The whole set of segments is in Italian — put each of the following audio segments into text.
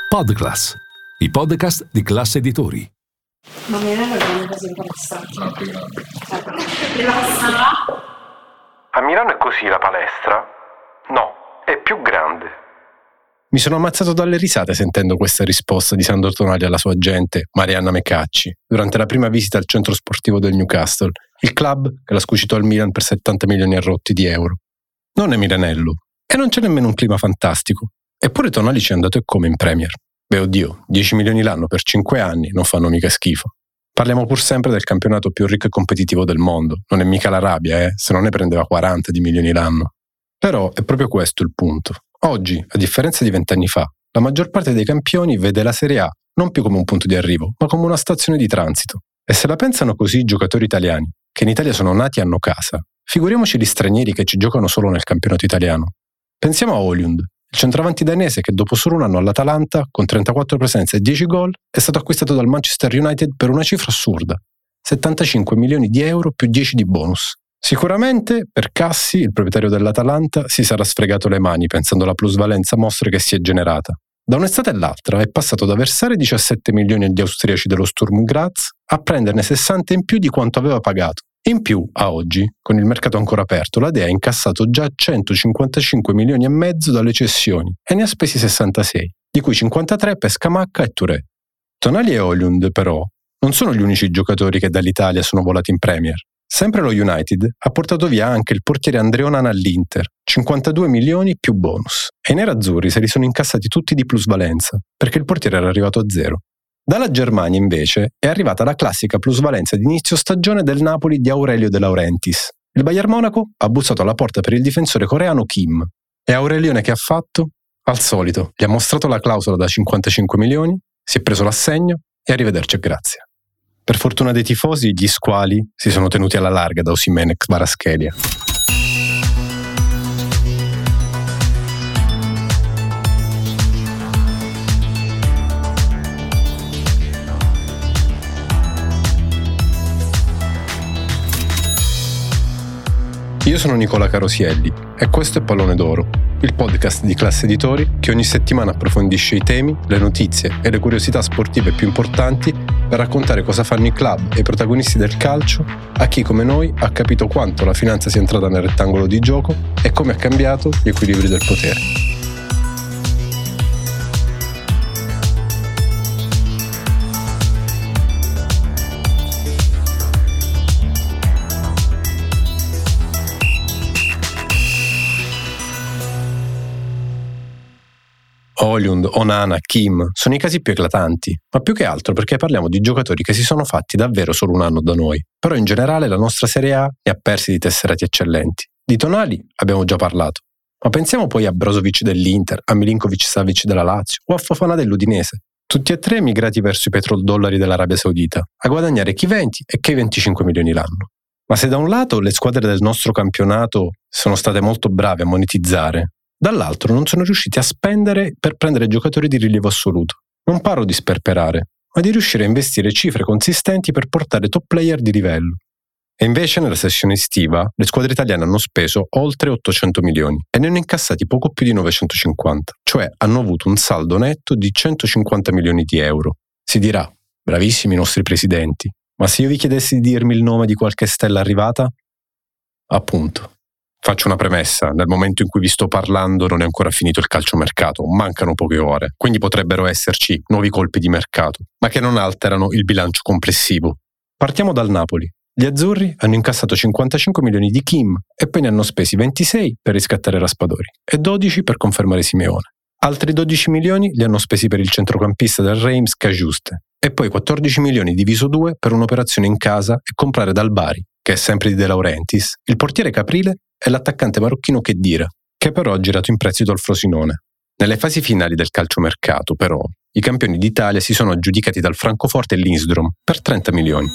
Podclass, i podcast di Class Editori. Ma Milano è grande così in palestra? No, più grande. Rilassala? A Milano è così la palestra? No, è più grande. Mi sono ammazzato dalle risate sentendo questa risposta di Sandro Tonali alla sua agente, Marianna Mecacci, durante la prima visita al centro sportivo del Newcastle, il club che l'ha scucito al Milan per 70 milioni e rotti di euro. Non è Milanello, e non c'è nemmeno un clima fantastico. Eppure Tonali ci è andato e come in Premier. Beh, oddio, 10 milioni l'anno per 5 anni non fanno mica schifo. Parliamo pur sempre del campionato più ricco e competitivo del mondo. Non è mica l'Arabia, se non ne prendeva 40 di milioni l'anno. Però è proprio questo il punto. Oggi, a differenza di 20 anni fa, la maggior parte dei campioni vede la Serie A non più come un punto di arrivo, ma come una stazione di transito. E se la pensano così i giocatori italiani, che in Italia sono nati e hanno casa, figuriamoci gli stranieri che ci giocano solo nel campionato italiano. Pensiamo a Højlund, il centravanti danese che dopo solo un anno all'Atalanta, con 34 presenze e 10 gol, è stato acquistato dal Manchester United per una cifra assurda, 75 milioni di euro più 10 di bonus. Sicuramente per Cassi, il proprietario dell'Atalanta, si sarà sfregato le mani pensando alla plusvalenza mostra che si è generata. Da un'estate all'altra è passato da versare 17 milioni agli austriaci dello Sturm Graz a prenderne 60 in più di quanto aveva pagato. In più, a oggi, con il mercato ancora aperto, la Dea ha incassato già 155 milioni e mezzo dalle cessioni e ne ha spesi 66, di cui 53 per Scamacca e Touré. Tonali e Højlund, però, non sono gli unici giocatori che dall'Italia sono volati in Premier. Sempre lo United ha portato via anche il portiere Andre Onana all'Inter, 52 milioni più bonus. E i nerazzurri se li sono incassati tutti di plusvalenza, perché il portiere era arrivato a zero. Dalla Germania, invece, è arrivata la classica plusvalenza di inizio stagione del Napoli di Aurelio De Laurentiis. Il Bayern Monaco ha bussato alla porta per il difensore coreano Kim. E Aurelione che ha fatto? Al solito, gli ha mostrato la clausola da 55 milioni, si è preso l'assegno e arrivederci e grazie. Per fortuna dei tifosi, gli squali si sono tenuti alla larga da Osimhen e Kvaratskhelia. Io sono Nicola Carosielli e questo è Pallone d'Oro, il podcast di Class Editori che ogni settimana approfondisce i temi, le notizie e le curiosità sportive più importanti per raccontare cosa fanno i club e i protagonisti del calcio a chi come noi ha capito quanto la finanza sia entrata nel rettangolo di gioco e come ha cambiato gli equilibri del potere. Højlund, Onana, Kim sono i casi più eclatanti, ma più che altro perché parliamo di giocatori che si sono fatti davvero solo un anno da noi. Però in generale la nostra Serie A ne ha persi di tesserati eccellenti. Di Tonali abbiamo già parlato, ma pensiamo poi a Brozovic dell'Inter, a Milinkovic-Savic della Lazio o a Fofana dell'Udinese. Tutti e tre emigrati verso i petrodollari dell'Arabia Saudita, a guadagnare chi 20 e chi 25 milioni l'anno. Ma se da un lato le squadre del nostro campionato sono state molto brave a monetizzare, dall'altro non sono riusciti a spendere per prendere giocatori di rilievo assoluto. Non parlo di sperperare, ma di riuscire a investire cifre consistenti per portare top player di livello. E invece nella sessione estiva le squadre italiane hanno speso oltre 800 milioni e ne hanno incassati poco più di 950, cioè hanno avuto un saldo netto di 150 milioni di euro. Si dirà, bravissimi i nostri presidenti, ma se io vi chiedessi di dirmi il nome di qualche stella arrivata? Appunto. Faccio una premessa, nel momento in cui vi sto parlando non è ancora finito il calciomercato, mancano poche ore, quindi potrebbero esserci nuovi colpi di mercato, ma che non alterano il bilancio complessivo. Partiamo dal Napoli. Gli azzurri hanno incassato 55 milioni di Kim e poi ne hanno spesi 26 per riscattare Raspadori e 12 per confermare Simeone. Altri 12 milioni li hanno spesi per il centrocampista del Reims Cajuste e poi 14 milioni diviso 2 per un'operazione in casa e comprare dal Bari, che è sempre di De Laurentiis, il portiere Caprile e l'attaccante marocchino Khedira, che però ha girato in prestito al Frosinone. Nelle fasi finali del calciomercato, però, i campioni d'Italia si sono aggiudicati dal Francoforte e Lindstrom per 30 milioni.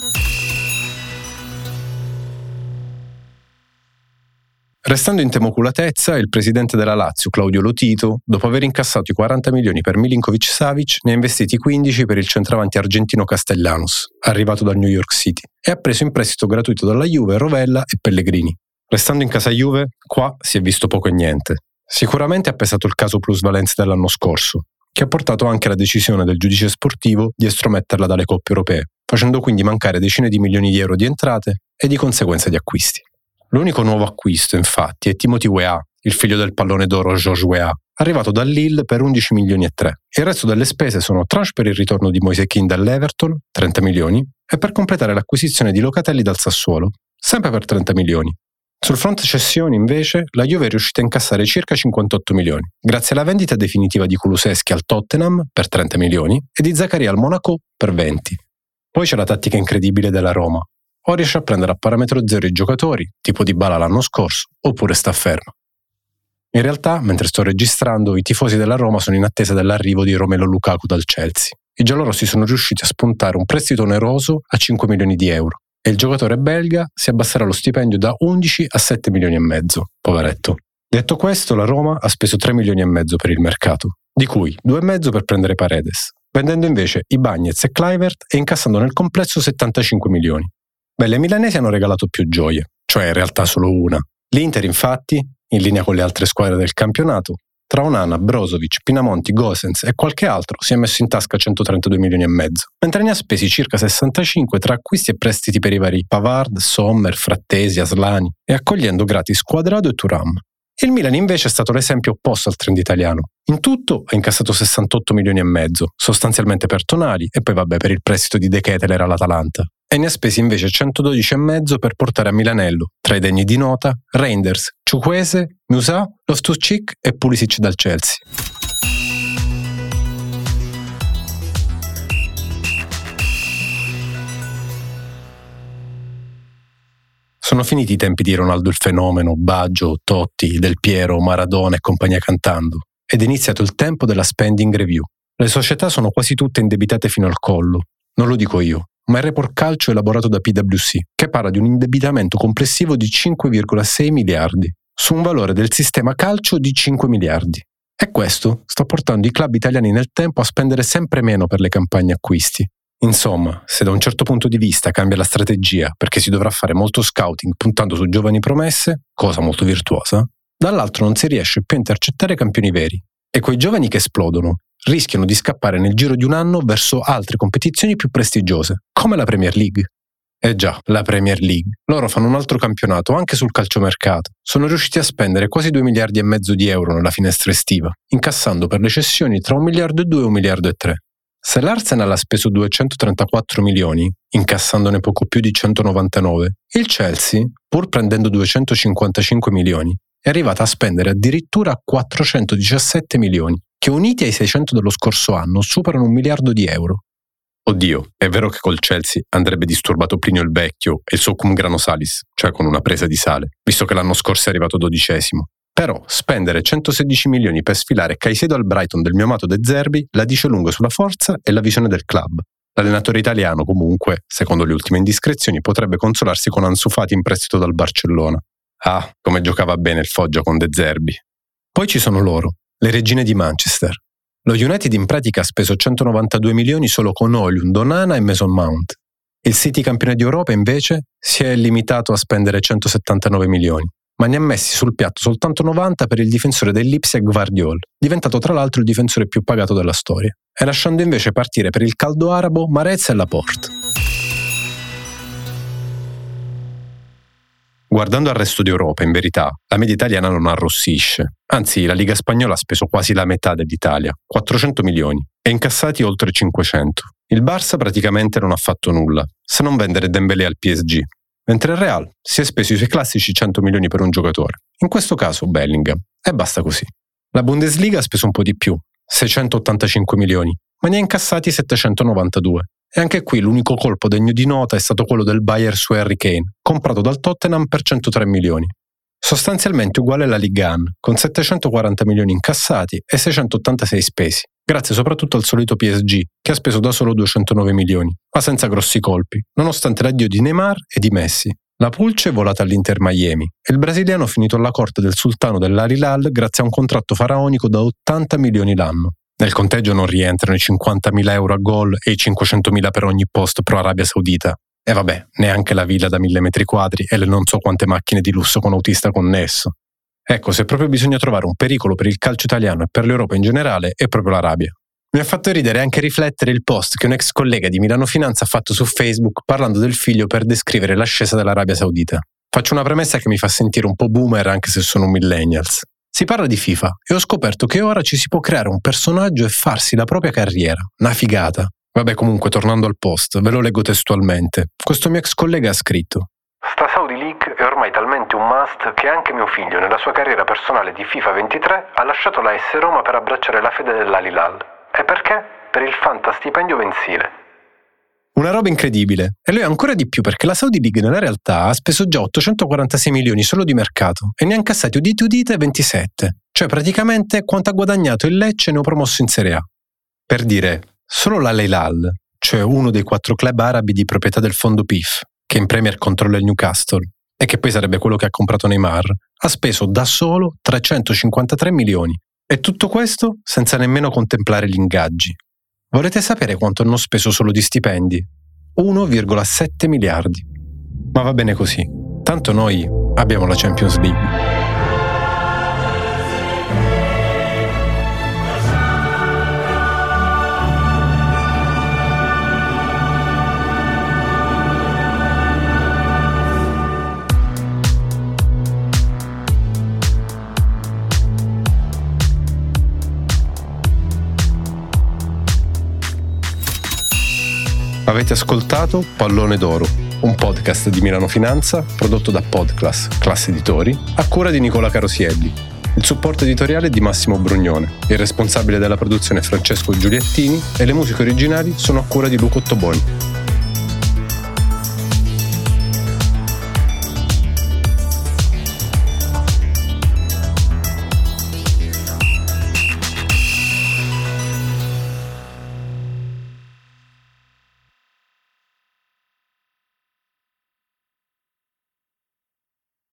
Restando in tema oculatezza, il presidente della Lazio, Claudio Lotito, dopo aver incassato i 40 milioni per Milinkovic-Savic, ne ha investiti 15 per il centravanti argentino Castellanos, arrivato dal New York City, e ha preso in prestito gratuito dalla Juve Rovella e Pellegrini. Restando in casa Juve, qua si è visto poco e niente. Sicuramente ha pesato il caso plusvalenza dell'anno scorso. che ha portato anche alla decisione del giudice sportivo di estrometterla dalle coppe europee, facendo quindi mancare decine di milioni di euro di entrate e di conseguenza di acquisti. L'unico nuovo acquisto, infatti, è Timothy Weah, il figlio del pallone d'oro Georges Weah, arrivato dal Lille per 11 milioni e 3. Il resto delle spese sono tranche per il ritorno di Moise Kean dall'Everton, 30 milioni, e per completare l'acquisizione di Locatelli dal Sassuolo, sempre per 30 milioni. Sul fronte cessioni, invece, la Juve è riuscita a incassare circa 58 milioni, grazie alla vendita definitiva di Kulusevski al Tottenham per 30 milioni e di Zakaria al Monaco per 20. Poi c'è la tattica incredibile della Roma. O riesce a prendere a parametro zero i giocatori, tipo Dybala l'anno scorso, oppure sta fermo. In realtà, mentre sto registrando, i tifosi della Roma sono in attesa dell'arrivo di Romelu Lukaku dal Chelsea. I giallorossi sono riusciti a spuntare un prestito oneroso a 5 milioni di euro e il giocatore belga si abbasserà lo stipendio da 11 a 7 milioni e mezzo, poveretto. Detto questo, la Roma ha speso 3 milioni e mezzo per il mercato, di cui 2,5 per prendere Paredes, vendendo invece Ibañez e Kluivert e incassando nel complesso 75 milioni. Beh, le milanesi hanno regalato più gioie, cioè in realtà solo una. L'Inter, infatti, in linea con le altre squadre del campionato, tra Onana, Brozovic, Pinamonti, Gosens e qualche altro si è messo in tasca 132 milioni e mezzo, mentre ne ha spesi circa 65 tra acquisti e prestiti per i vari Pavard, Sommer, Frattesi, Aslani e accogliendo gratis Quadrado e Thuram. Il Milan invece è stato l'esempio opposto al trend italiano. In tutto ha incassato 68 milioni e mezzo, sostanzialmente per Tonali e poi per il prestito di De Ketelaere all'Atalanta. E ne ha spesi invece 112,5 per portare a Milanello, tra i degni di nota, Reinders, Chukwueze, Musà, Loftus-Cheek e Pulisic dal Chelsea. Sono finiti i tempi di Ronaldo il fenomeno, Baggio, Totti, Del Piero, Maradona e compagnia cantando, ed è iniziato il tempo della spending review. Le società sono quasi tutte indebitate fino al collo. Non lo dico io, ma il report calcio elaborato da PwC, che parla di un indebitamento complessivo di 5,6 miliardi, su un valore del sistema calcio di 5 miliardi. E questo sta portando i club italiani nel tempo a spendere sempre meno per le campagne acquisti. Insomma, se da un certo punto di vista cambia la strategia perché si dovrà fare molto scouting puntando su giovani promesse, cosa molto virtuosa, dall'altro non si riesce più a intercettare campioni veri. E quei giovani che esplodono rischiano di scappare nel giro di un anno verso altre competizioni più prestigiose, come la Premier League. Eh già, la Premier League. Loro fanno un altro campionato anche sul calciomercato. Sono riusciti a spendere quasi 2 miliardi e mezzo di euro nella finestra estiva, incassando per le cessioni tra 1,2 miliardi e 1,3 miliardi. Se l'Arsenal ha speso 234 milioni, incassandone poco più di 199, il Chelsea, pur prendendo 255 milioni, è arrivata a spendere addirittura 417 milioni, che uniti ai 600 dello scorso anno superano 1 miliardo di euro. Oddio, è vero che col Chelsea andrebbe disturbato Plinio il Vecchio e il suo cum grano salis, cioè con una presa di sale, visto che l'anno scorso è arrivato 12°. Però spendere 116 milioni per sfilare Caicedo al Brighton del mio amato De Zerbi la dice lungo sulla forza e la visione del club. L'allenatore italiano, comunque, secondo le ultime indiscrezioni, potrebbe consolarsi con Ansu Fati in prestito dal Barcellona. Ah, come giocava bene il Foggia con De Zerbi. Poi ci sono loro, le regine di Manchester. Lo United in pratica ha speso 192 milioni solo con Højlund, Onana e Mason Mount. Il City campione d'Europa, invece, si è limitato a spendere 179 milioni. Ma ne ha messi sul piatto soltanto 90 per il difensore dell'Ipsia Gvardiol, diventato tra l'altro il difensore più pagato della storia, e lasciando invece partire per il caldo arabo Mahrez e Laporte. Guardando al resto d'Europa, in verità, la media italiana non arrossisce. Anzi, la Liga Spagnola ha speso quasi la metà dell'Italia, 400 milioni, e incassati oltre 500. Il Barça praticamente non ha fatto nulla, se non vendere Dembélé al PSG. Mentre il Real si è speso i suoi classici 100 milioni per un giocatore, in questo caso Bellingham, e basta così. La Bundesliga ha speso un po' di più, 685 milioni, ma ne ha incassati 792. E anche qui l'unico colpo degno di nota è stato quello del Bayern su Harry Kane, comprato dal Tottenham per 103 milioni. Sostanzialmente uguale alla Ligue 1, con 740 milioni incassati e 686 spesi, grazie soprattutto al solito PSG, che ha speso da solo 209 milioni, ma senza grossi colpi, nonostante l'addio di Neymar e di Messi. La pulce è volata all'Inter Miami e il brasiliano ha finito alla corte del sultano dell'Al Hilal grazie a un contratto faraonico da 80 milioni l'anno. Nel conteggio non rientrano i 50.000 euro a gol e i 500.000 per ogni post pro Arabia Saudita. E vabbè, neanche la villa da 1000 metri quadri e le non so quante macchine di lusso con autista connesso. Ecco, se proprio bisogna trovare un pericolo per il calcio italiano e per l'Europa in generale, è proprio l'Arabia. Mi ha fatto ridere e anche riflettere il post che un ex collega di Milano Finanza ha fatto su Facebook parlando del figlio per descrivere l'ascesa dell'Arabia Saudita. Faccio una premessa che mi fa sentire un po' boomer anche se sono un millennials. Si parla di FIFA e ho scoperto che ora ci si può creare un personaggio e farsi la propria carriera. Una figata. Vabbè, comunque, tornando al post, ve lo leggo testualmente. Questo mio ex collega ha scritto: Sta Saudi League è ormai talmente un must che anche mio figlio nella sua carriera personale di FIFA 23 ha lasciato la AS Roma per abbracciare la fede dell'Al Hilal. E perché? Per il fantastipendio mensile. Una roba incredibile. E lui ancora di più perché la Saudi League nella realtà ha speso già 846 milioni solo di mercato e ne ha incassati, udite 27. Cioè praticamente quanto ha guadagnato il Lecce neopromosso in Serie A. Per dire, solo l'Al Hilal, cioè uno dei 4 club arabi di proprietà del fondo PIF, che in Premier controlla il Newcastle e che poi sarebbe quello che ha comprato Neymar, ha speso da solo 353 milioni. E tutto questo senza nemmeno contemplare gli ingaggi. Volete sapere quanto hanno speso solo di stipendi? 1,7 miliardi. Ma va bene così. Tanto noi abbiamo la Champions League. Avete ascoltato Pallone d'Oro, un podcast di Milano Finanza prodotto da Podclass, Class Editori, a cura di Nicola Carosielli. Il supporto editoriale è di Massimo Brugnone, il responsabile della produzione è Francesco Giuliettini e le musiche originali sono a cura di Luca Ottoboni.